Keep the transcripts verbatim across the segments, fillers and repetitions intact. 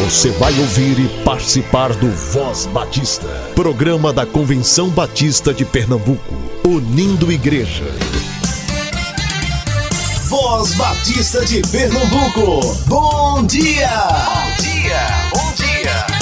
Você vai ouvir e participar do Voz Batista, programa da Convenção Batista de Pernambuco, unindo igreja. Voz Batista de Pernambuco, bom dia! Bom dia, bom dia!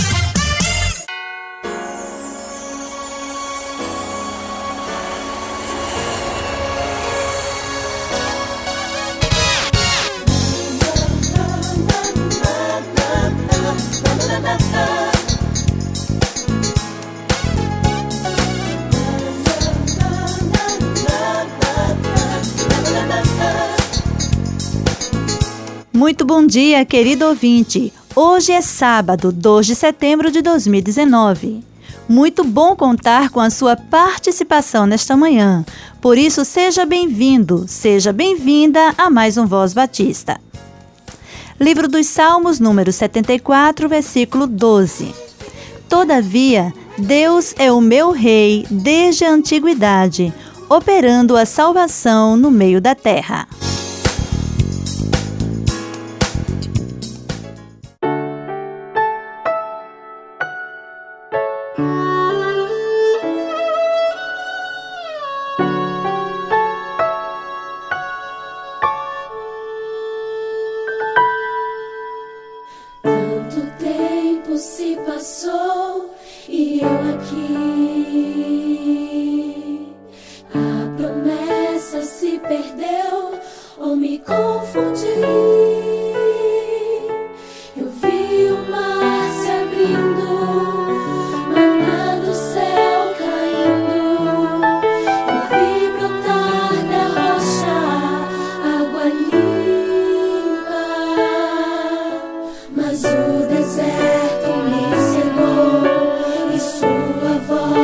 Muito bom dia, querido ouvinte. Hoje é sábado, dois de setembro de dois mil e dezenove. Muito bom contar com a sua participação nesta manhã. Por isso, seja bem-vindo, seja bem-vinda a mais um Voz Batista. Livro dos Salmos, número setenta e quatro, versículo doze. Todavia, Deus é o meu rei desde a antiguidade, operando a salvação no meio da terra. Tanto tempo se passou e eu aqui. A promessa se perdeu ou me confundi. Eu vi o mar se abrindo, maná do céu caindo. Eu vi brotar da rocha água limpa. Mas o deserto me cegou e sua voz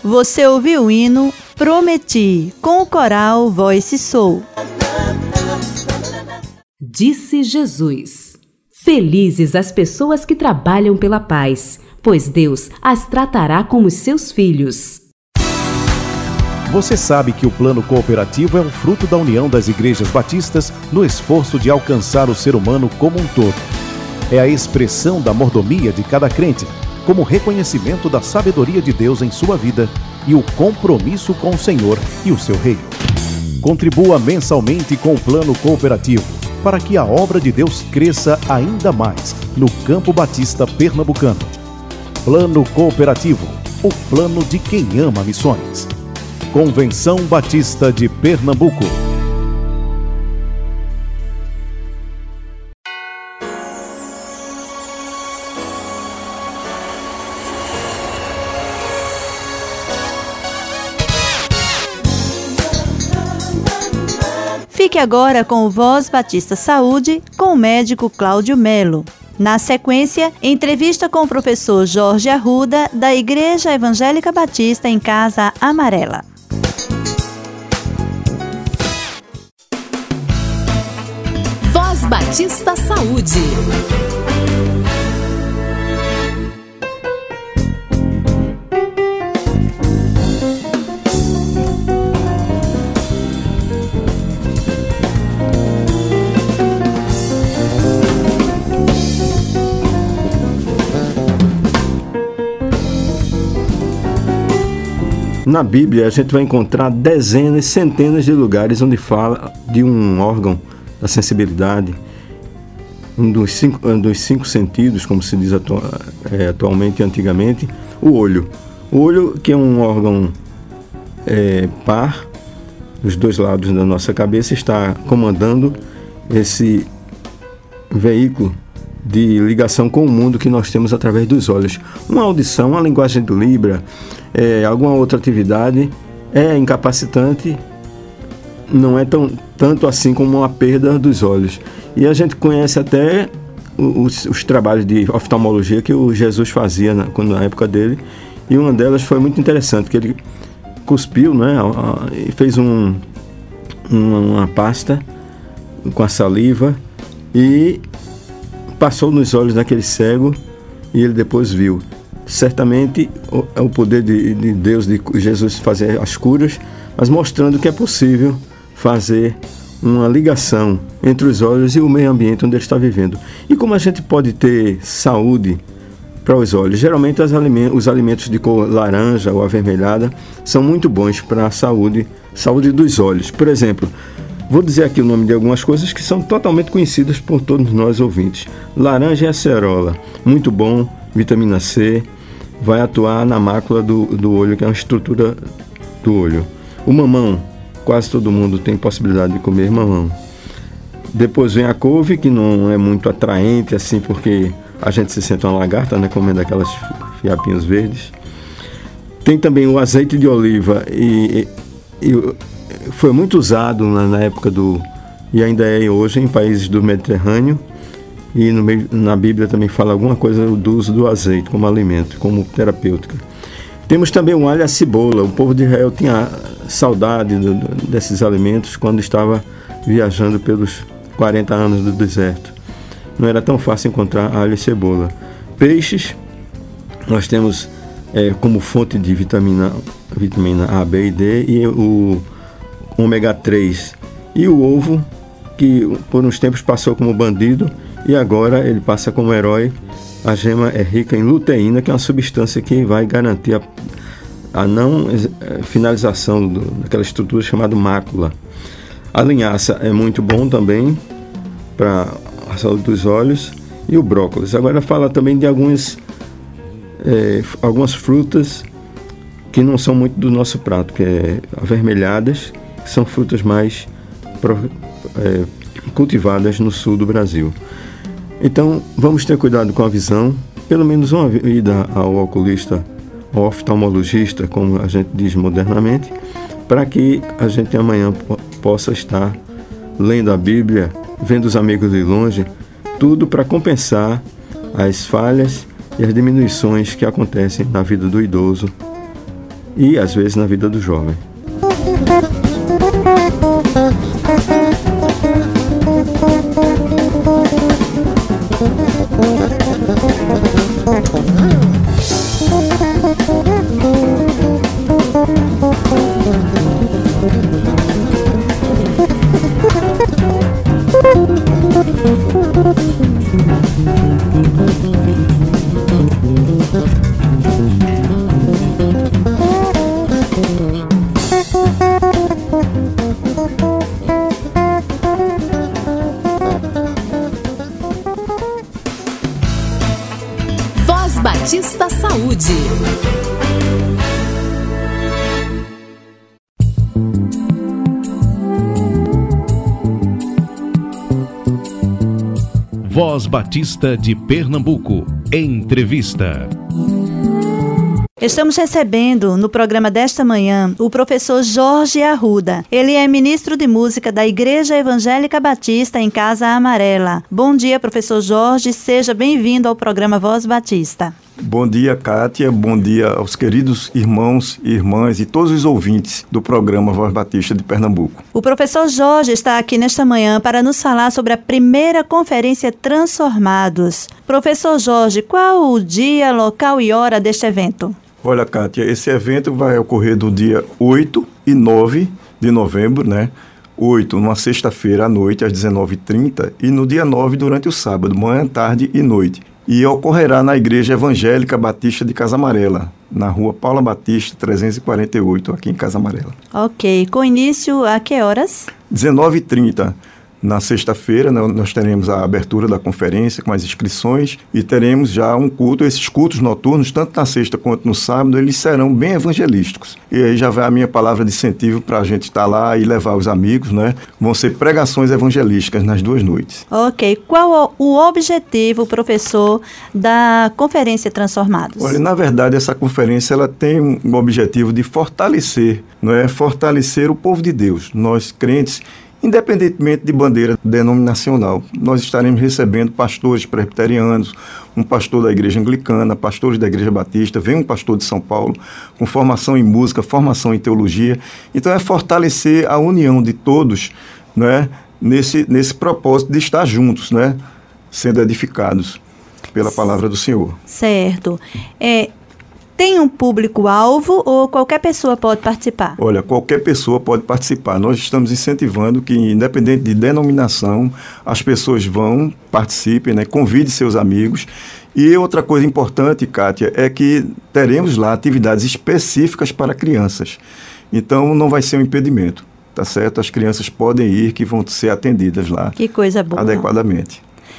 Você ouviu o hino Prometi, com o coral Voice Soul. Disse Jesus: felizes as pessoas que trabalham pela paz, pois Deus as tratará como seus filhos. Você sabe que o plano cooperativo é um fruto da união das igrejas batistas no esforço de alcançar o ser humano como um todo. É a expressão da mordomia de cada crente, como reconhecimento da sabedoria de Deus em sua vida e o compromisso com o Senhor e o seu reino. Contribua mensalmente com o plano cooperativo, para que a obra de Deus cresça ainda mais no Campo Batista Pernambucano. Plano Cooperativo, o plano de quem ama missões. Convenção Batista de Pernambuco. Fique agora com o Voz Batista Saúde, com o médico Cláudio Melo. Na sequência, entrevista com o professor Jorge Arruda, da Igreja Evangélica Batista em Casa Amarela. Voz Batista Saúde. Na Bíblia, a gente vai encontrar dezenas, centenas de lugares onde fala de um órgão da sensibilidade, um dos cinco, um dos cinco sentidos, como se diz atu- é, atualmente e antigamente, o olho. O olho, que é um órgão é, par, dos dois lados da nossa cabeça, está comandando esse veículo de ligação com o mundo que nós temos através dos olhos. Uma audição, uma linguagem de Libra, é, alguma outra atividade é incapacitante, não é tão, tanto assim como uma perda dos olhos. E a gente conhece até os, os trabalhos de oftalmologia que o Jesus fazia na, quando, na época dele, e uma delas foi muito interessante, que ele cuspiu, né, e fez um, uma, uma pasta com a saliva e passou nos olhos daquele cego e ele depois viu. Certamente é o poder de, de Deus, de Jesus fazer as curas, mas mostrando que é possível fazer uma ligação entre os olhos e o meio ambiente onde ele está vivendo. E como a gente pode ter saúde para os olhos? Geralmente os alimentos, os alimentos de cor laranja ou avermelhada são muito bons para a saúde, saúde dos olhos. Por exemplo, vou dizer aqui o nome de algumas coisas que são totalmente conhecidas por todos nós ouvintes. Laranja e acerola, muito bom, vitamina C, vai atuar na mácula do, do olho, que é uma estrutura do olho. O mamão, quase todo mundo tem possibilidade de comer mamão. Depois vem a couve, que não é muito atraente assim, porque a gente se sente uma lagarta, né, comendo aquelas fiapinhos verdes. Tem também o azeite de oliva, e, e, e foi muito usado na, na época do, e ainda é hoje, em países do Mediterrâneo, e no, na Bíblia também fala alguma coisa do uso do azeite como alimento, como terapêutica. Temos também o alho e a cebola. O povo de Israel tinha saudade do, do, desses alimentos quando estava viajando pelos quarenta anos do deserto. Não era tão fácil encontrar alho e cebola. Peixes, nós temos é, como fonte de vitamina, vitamina A, B e D, e o ômega três. E o ovo, que por uns tempos passou como bandido, e agora ele passa como herói. A gema é rica em luteína, que é uma substância que vai garantir a, a não finalização do, daquela estrutura chamada mácula. A linhaça é muito bom também para a saúde dos olhos. E o brócolis. Agora fala também de algumas, é, algumas frutas que não são muito do nosso prato, que é avermelhadas, que são frutas mais pro, é, cultivadas no sul do Brasil. Então, vamos ter cuidado com a visão, pelo menos uma ida ao oculista, ao oftalmologista, como a gente diz modernamente, para que a gente amanhã po- possa estar lendo a Bíblia, vendo os amigos de longe, tudo para compensar as falhas e as diminuições que acontecem na vida do idoso e, às vezes, na vida do jovem. Voz Batista Saúde. Voz Batista de Pernambuco. Entrevista. Estamos recebendo no programa desta manhã o professor Jorge Arruda. Ele é ministro de música da Igreja Evangélica Batista em Casa Amarela. Bom dia, professor Jorge. Seja bem-vindo ao programa Voz Batista. Bom dia, Kátia. Bom dia aos queridos irmãos e irmãs e todos os ouvintes do programa Voz Batista de Pernambuco. O professor Jorge está aqui nesta manhã para nos falar sobre a primeira conferência Transformados. Professor Jorge, qual o dia, local e hora deste evento? Olha, Kátia, esse evento vai ocorrer do dia oito e nove de novembro, né? oito, numa sexta-feira à noite, às dezenove e trinta, e no dia nove, durante o sábado, manhã, tarde e noite. E ocorrerá na Igreja Evangélica Batista de Casa Amarela, na rua Paula Batista, trezentos e quarenta e oito, aqui em Casa Amarela. Ok. Com início a que horas? dezenove e trinta. Na sexta-feira, nós teremos a abertura da conferência com as inscrições e teremos já um culto. Esses cultos noturnos, tanto na sexta quanto no sábado, eles serão bem evangelísticos. E aí já vai a minha palavra de incentivo para a gente estar lá e levar os amigos, né? Vão ser pregações evangelísticas nas duas noites. Ok. Qual o objetivo, professor, da Conferência Transformados? Olha, na verdade, essa conferência ela tem um objetivo de fortalecer, não é? Fortalecer o povo de Deus. Nós, crentes, independentemente de bandeira denominacional, nós estaremos recebendo pastores presbiterianos, um pastor da Igreja Anglicana, pastores da Igreja Batista, vem um pastor de São Paulo, com formação em música, formação em teologia. Então é fortalecer a união de todos, né, nesse, nesse propósito de estar juntos, né, sendo edificados pela palavra do Senhor. Certo. É... Tem um público-alvo ou qualquer pessoa pode participar? Olha, qualquer pessoa pode participar. Nós estamos incentivando que, independente de denominação, as pessoas vão, participem, né? Convide seus amigos. E outra coisa importante, Kátia, é que teremos lá atividades específicas para crianças. Então, não vai ser um impedimento, tá certo? As crianças podem ir, que vão ser atendidas lá. Que coisa boa. Adequadamente.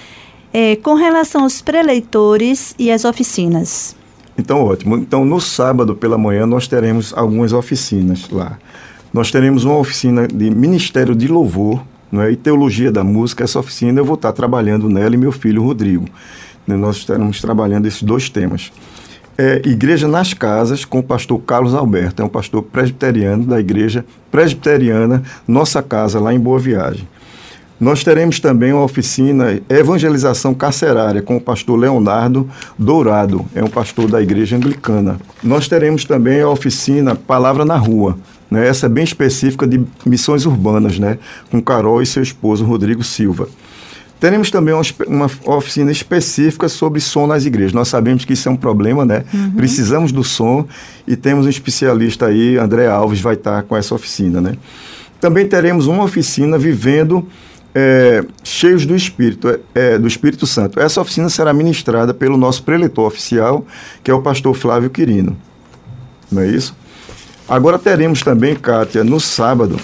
É, com relação aos preleitores e às oficinas... Então, ótimo. Então, no sábado pela manhã, nós teremos algumas oficinas lá. Nós teremos uma oficina de Ministério de Louvor, não é, e Teologia da Música. Essa oficina eu vou estar trabalhando nela e meu filho Rodrigo. Nós estaremos trabalhando esses dois temas. É, Igreja nas Casas, com o pastor Carlos Alberto. É um pastor presbiteriano da Igreja Presbiteriana Nossa Casa, lá em Boa Viagem. Nós teremos também uma oficina Evangelização Carcerária com o pastor Leonardo Dourado, é um pastor da Igreja Anglicana. Nós teremos também a oficina Palavra na Rua, né? Essa é bem específica de missões urbanas, né? Com Carol e seu esposo Rodrigo Silva. Teremos também uma, uma oficina específica sobre som nas igrejas. Nós sabemos que isso é um problema, né? Uhum. Precisamos do som e temos um especialista aí, André Alves, vai estar com essa oficina, né? Também teremos uma oficina Vivendo É, cheios do Espírito, é, é, do Espírito Santo. Essa oficina será ministrada pelo nosso preletor oficial, que é o pastor Flávio Quirino. Não é isso? Agora teremos também, Kátia, no sábado,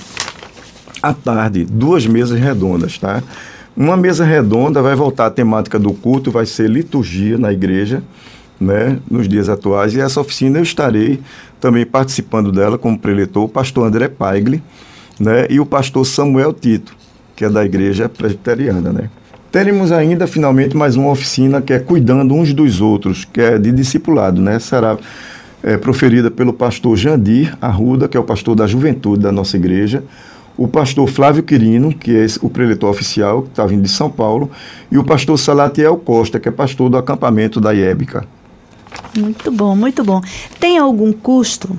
à tarde, duas mesas redondas, tá? Uma mesa redonda vai voltar à temática do culto, vai ser liturgia na igreja, né, nos dias atuais, e essa oficina eu estarei também participando dela como preletor, o pastor André Paigli, né, e o pastor Samuel Tito, que é da Igreja Presbiteriana, né? Teremos ainda, finalmente, mais uma oficina que é Cuidando uns dos Outros, que é de discipulado, né? Será é, proferida pelo pastor Jandir Arruda, que é o pastor da juventude da nossa igreja, o pastor Flávio Quirino, que é o preletor oficial, que está vindo de São Paulo, e o pastor Salatiel Costa, que é pastor do acampamento da I E B C A. Muito bom, muito bom. Tem algum custo?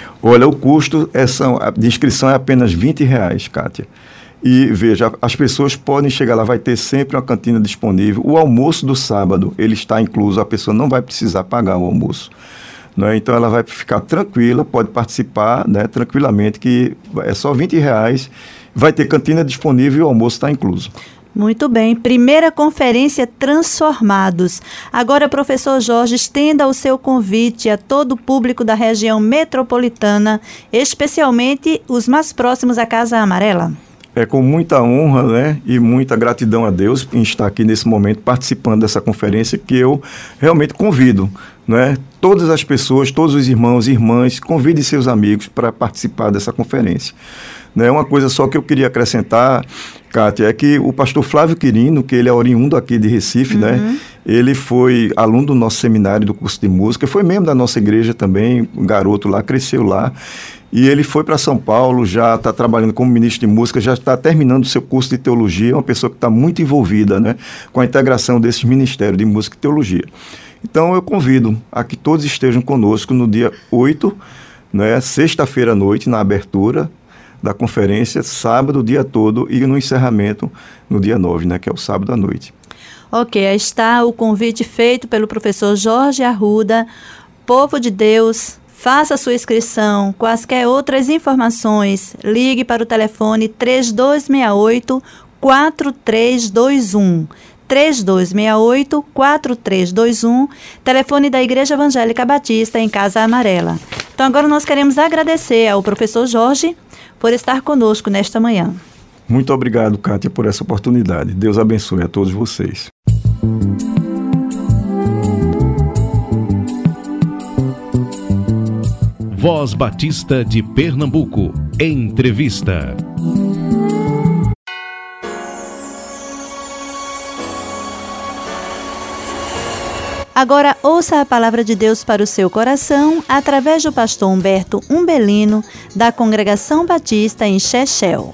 Olha, o custo é, são, de inscrição é apenas vinte reais, Kátia. E veja, as pessoas podem chegar lá, vai ter sempre uma cantina disponível. O almoço do sábado, ele está incluso, a pessoa não vai precisar pagar o almoço. Né? Então ela vai ficar tranquila, pode participar, né, tranquilamente, que é só vinte reais, vai ter cantina disponível e o almoço está incluso. Muito bem, primeira conferência Transformados. Agora, professor Jorge, estenda o seu convite a todo o público da região metropolitana, especialmente os mais próximos à Casa Amarela. É com muita honra, né, e muita gratidão a Deus em estar aqui nesse momento participando dessa conferência que eu realmente convido, né, todas as pessoas, todos os irmãos e irmãs, convidem seus amigos para participar dessa conferência. Né, uma coisa só que eu queria acrescentar, Kátia, é que o pastor Flávio Quirino, que ele é oriundo aqui de Recife, uhum. né, ele foi aluno do nosso seminário do curso de música, foi membro da nossa igreja também, um garoto lá, cresceu lá. E ele foi para São Paulo, já está trabalhando como ministro de música, já está terminando o seu curso de teologia, é uma pessoa que está muito envolvida, né, com a integração desses ministérios de música e teologia. Então eu convido a que todos estejam conosco no dia oito, né, sexta-feira à noite, na abertura da conferência, sábado o dia todo e no encerramento no dia nove, né, que é o sábado à noite. Ok, aí está o convite feito pelo professor Jorge Arruda. Povo de Deus, faça sua inscrição. Quaisquer outras informações, ligue para o telefone três dois seis oito, quatro três dois um. três dois seis oito, quatro três dois um, telefone da Igreja Evangélica Batista em Casa Amarela. Então agora nós queremos agradecer ao professor Jorge por estar conosco nesta manhã. Muito obrigado, Kátia, por essa oportunidade. Deus abençoe a todos vocês. Voz Batista de Pernambuco. Entrevista. Agora ouça a palavra de Deus para o seu coração através do pastor Humberto Umbelino, da Congregação Batista em Chechel.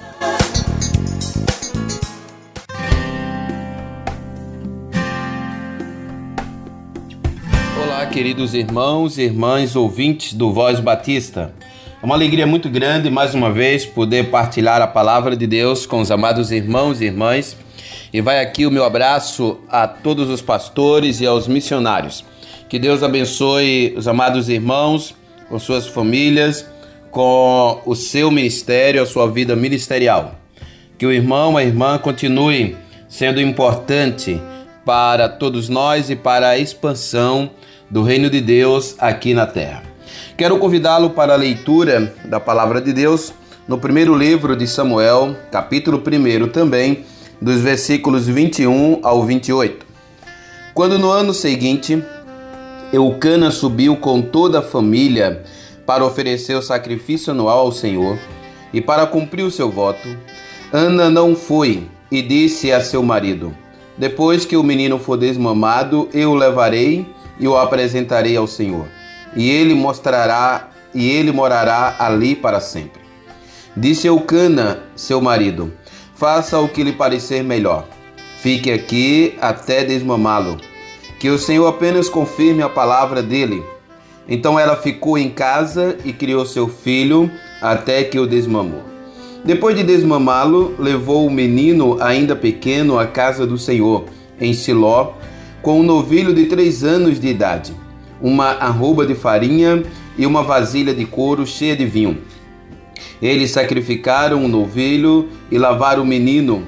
Olá, queridos irmãos e irmãs ouvintes do Voz Batista. É uma alegria muito grande, mais uma vez, poder partilhar a palavra de Deus com os amados irmãos e irmãs. E vai aqui o meu abraço a todos os pastores e aos missionários. Que Deus abençoe os amados irmãos, com suas famílias, com o seu ministério, a sua vida ministerial. Que o irmão, a irmã continue sendo importante para todos nós e para a expansão do reino de Deus aqui na terra. Quero convidá-lo para a leitura da palavra de Deus no primeiro livro de Samuel, capítulo um também, dos versículos vinte e um ao vinte e oito. Quando no ano seguinte, Eucana subiu com toda a família para oferecer o sacrifício anual ao Senhor e para cumprir o seu voto, Ana não foi e disse a seu marido: depois que o menino for desmamado, eu o levarei e o apresentarei ao Senhor, e ele mostrará e ele morará ali para sempre. Disse Eucana, seu marido: faça o que lhe parecer melhor. Fique aqui até desmamá-lo. Que o Senhor apenas confirme a palavra dele. Então ela ficou em casa e criou seu filho até que o desmamou. Depois de desmamá-lo, levou o menino ainda pequeno à casa do Senhor, em Siló, com um novilho de três anos de idade, uma arroba de farinha e uma vasilha de couro cheia de vinho. Eles sacrificaram o novilho e lavaram o menino,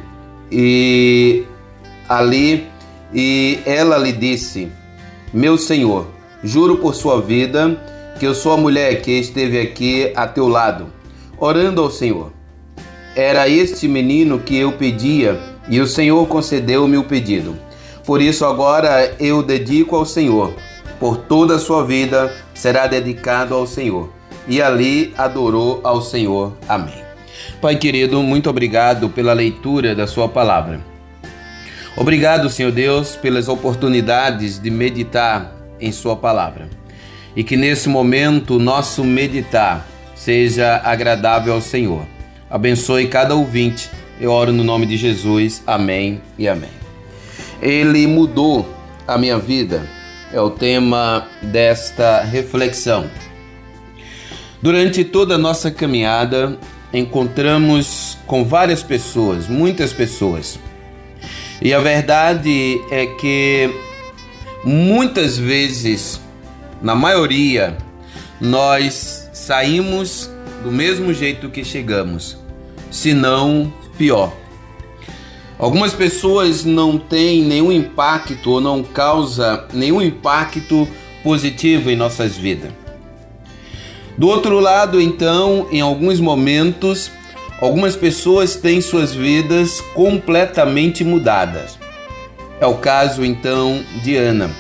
e ali e ela lhe disse: meu senhor, juro por sua vida que eu sou a mulher que esteve aqui a teu lado, orando ao Senhor. Era este menino que eu pedia, e o Senhor concedeu-me o pedido. Por isso agora eu dedico ao Senhor. Por toda a sua vida será dedicado ao Senhor. E ali adorou ao Senhor. Amém. Pai querido, muito obrigado pela leitura da sua palavra. Obrigado, Senhor Deus, pelas oportunidades de meditar em sua palavra. E que nesse momento o nosso meditar seja agradável ao Senhor. Abençoe cada ouvinte. Eu oro no nome de Jesus. Amém e amém. Ele mudou a minha vida. É o tema desta reflexão. Durante toda a nossa caminhada, encontramos com várias pessoas, muitas pessoas. E a verdade é que muitas vezes, na maioria, nós saímos do mesmo jeito que chegamos, se não pior. Algumas pessoas não têm nenhum impacto ou não causam nenhum impacto positivo em nossas vidas. Do outro lado, então, em alguns momentos, algumas pessoas têm suas vidas completamente mudadas. É o caso, então, de Ana.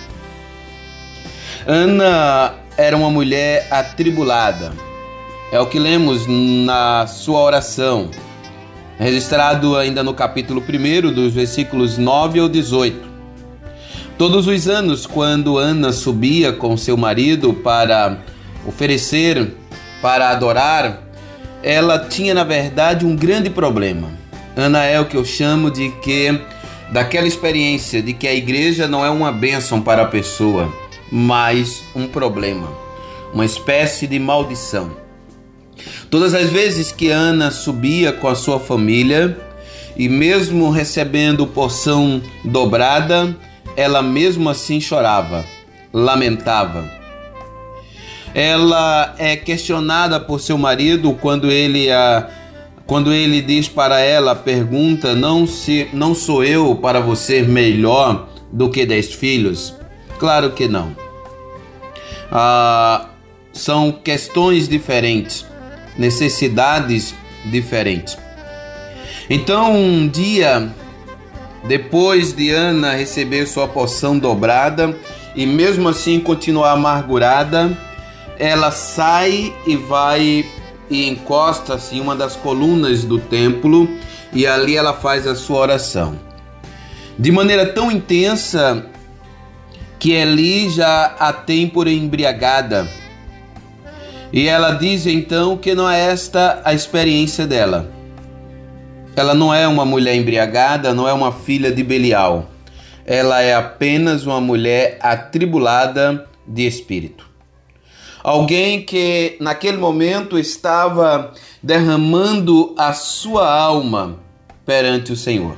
Ana era uma mulher atribulada. É o que lemos na sua oração, registrado ainda no capítulo primeiro, dos versículos nove ao dezoito. Todos os anos, quando Ana subia com seu marido para oferecer, para adorar, ela tinha, na verdade, um grande problema. Ana é o que eu chamo de que, daquela experiência de que a igreja não é uma bênção para a pessoa, mas um problema, uma espécie de maldição. Todas as vezes que Ana subia com a sua família, e mesmo recebendo porção dobrada, ela mesmo assim chorava, lamentava. Ela é questionada por seu marido quando ele, a, quando ele diz para ela, pergunta, não, se, não sou eu para você melhor do que dez filhos? Claro que não. Ah, são questões diferentes, necessidades diferentes. Então, um dia, depois de Ana receber sua porção dobrada e mesmo assim continuar amargurada, ela sai e vai e encosta-se em uma das colunas do templo e ali ela faz a sua oração. De maneira tão intensa que Eli já a tem por embriagada. E ela diz então que não é esta a experiência dela. Ela não é uma mulher embriagada, não é uma filha de Belial. Ela é apenas uma mulher atribulada de espírito. Alguém que naquele momento estava derramando a sua alma perante o Senhor.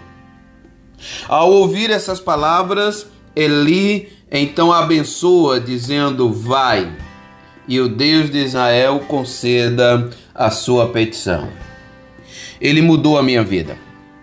Ao ouvir essas palavras, Eli então a abençoa, dizendo, vai, e o Deus de Israel conceda a sua petição. Ele mudou a minha vida.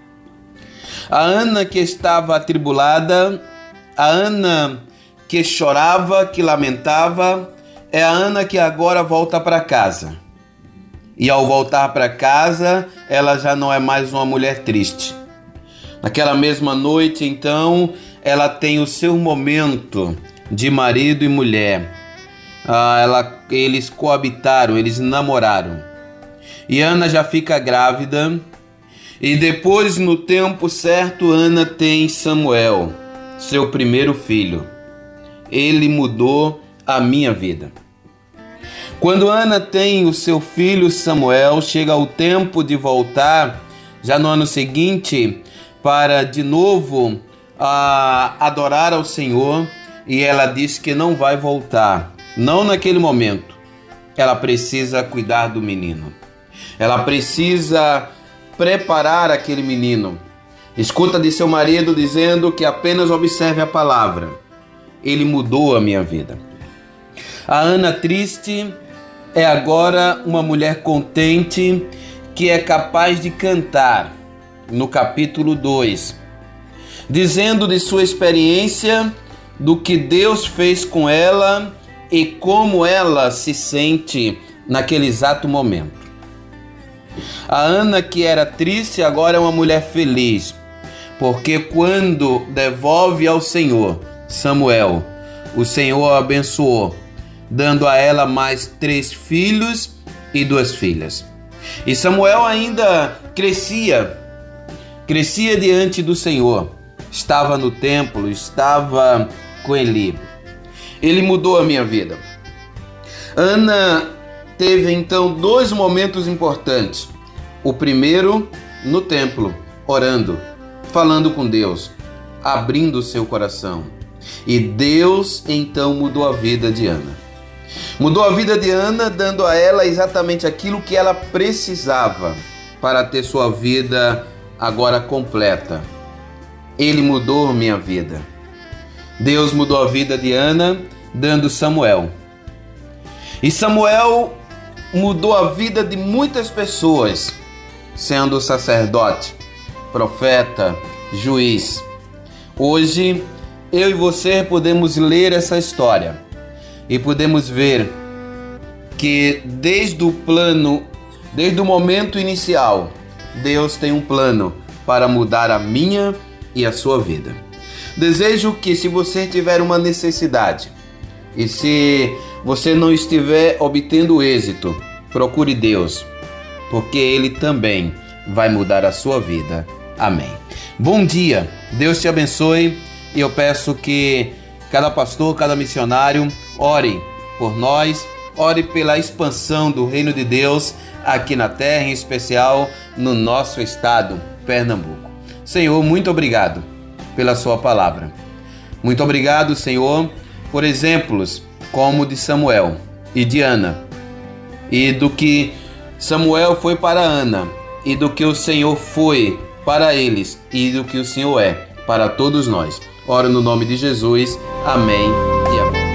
A Ana que estava atribulada, a Ana que chorava, que lamentava, é a Ana que agora volta para casa. E ao voltar para casa, ela já não é mais uma mulher triste. Naquela mesma noite, então, ela tem o seu momento de marido e mulher. Ah, ela, eles coabitaram, eles namoraram. E Ana já fica grávida. E depois, no tempo certo, Ana tem Samuel, seu primeiro filho. Ele mudou a minha vida. Quando Ana tem o seu filho Samuel, chega o tempo de voltar, já no ano seguinte, para de novo a adorar ao Senhor, e ela diz que não vai voltar, não naquele momento. Ela precisa cuidar do menino. Ela precisa preparar aquele menino. Escuta de seu marido dizendo que apenas observe a palavra. Ele mudou a minha vida. A Ana triste é agora uma mulher contente que é capaz de cantar no capítulo dois, dizendo de sua experiência, do que Deus fez com ela e como ela se sente naquele exato momento. A Ana que era triste agora é uma mulher feliz, porque quando devolve ao Senhor Samuel, o Senhor a abençoou, dando a ela mais três filhos e duas filhas. E Samuel ainda crescia, crescia diante do Senhor, estava no templo, estava com Eli. Ele mudou a minha vida. Ana teve então dois momentos importantes. O primeiro no templo, orando, falando com Deus, abrindo o seu coração. E Deus então mudou a vida de Ana. Mudou a vida de Ana, dando a ela exatamente aquilo que ela precisava para ter sua vida agora completa. Ele mudou minha vida. Deus mudou a vida de Ana, dando Samuel. E Samuel mudou a vida de muitas pessoas, sendo sacerdote, profeta, juiz. Hoje, eu e você podemos ler essa história e podemos ver que desde o plano, desde o momento inicial, Deus tem um plano para mudar a minha e a sua vida. Desejo que, se você tiver uma necessidade e se você não estiver obtendo êxito, procure Deus, porque Ele também vai mudar a sua vida. Amém. Bom dia, Deus te abençoe, e eu peço que cada pastor, cada missionário ore por nós, ore pela expansão do reino de Deus aqui na terra, em especial no nosso estado, Pernambuco. Senhor, muito obrigado pela sua palavra. Muito obrigado, Senhor, por exemplos como o de Samuel e de Ana, e do que Samuel foi para Ana, e do que o Senhor foi para eles, e do que o Senhor é para todos nós. Oro no nome de Jesus. Amém e amém.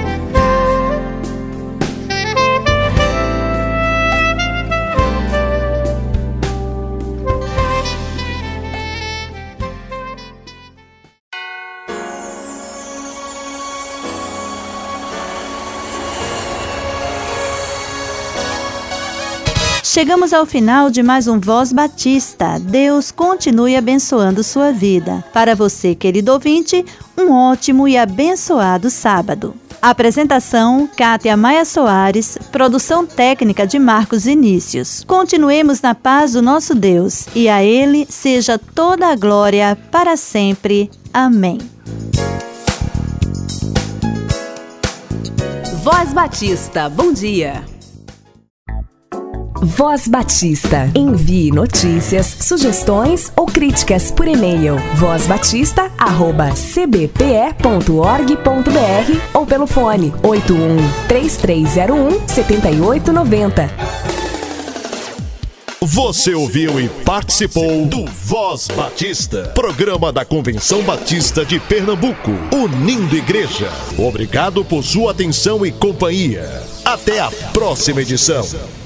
Chegamos ao final de mais um Voz Batista. Deus continue abençoando sua vida. Para você, querido ouvinte, um ótimo e abençoado sábado. Apresentação, Kátia Maia Soares. Produção técnica de Marcos Vinícius. Continuemos na paz do nosso Deus, e a Ele seja toda a glória para sempre. Amém. Voz Batista, bom dia. Voz Batista. Envie notícias, sugestões ou críticas por e-mail voz batista arroba c b p e ponto org ponto b r ou pelo fone oito um três três zero um sete oito nove zero. Você ouviu e participou do Voz Batista, programa da Convenção Batista de Pernambuco, unindo igreja. Obrigado por sua atenção e companhia. Até a próxima edição.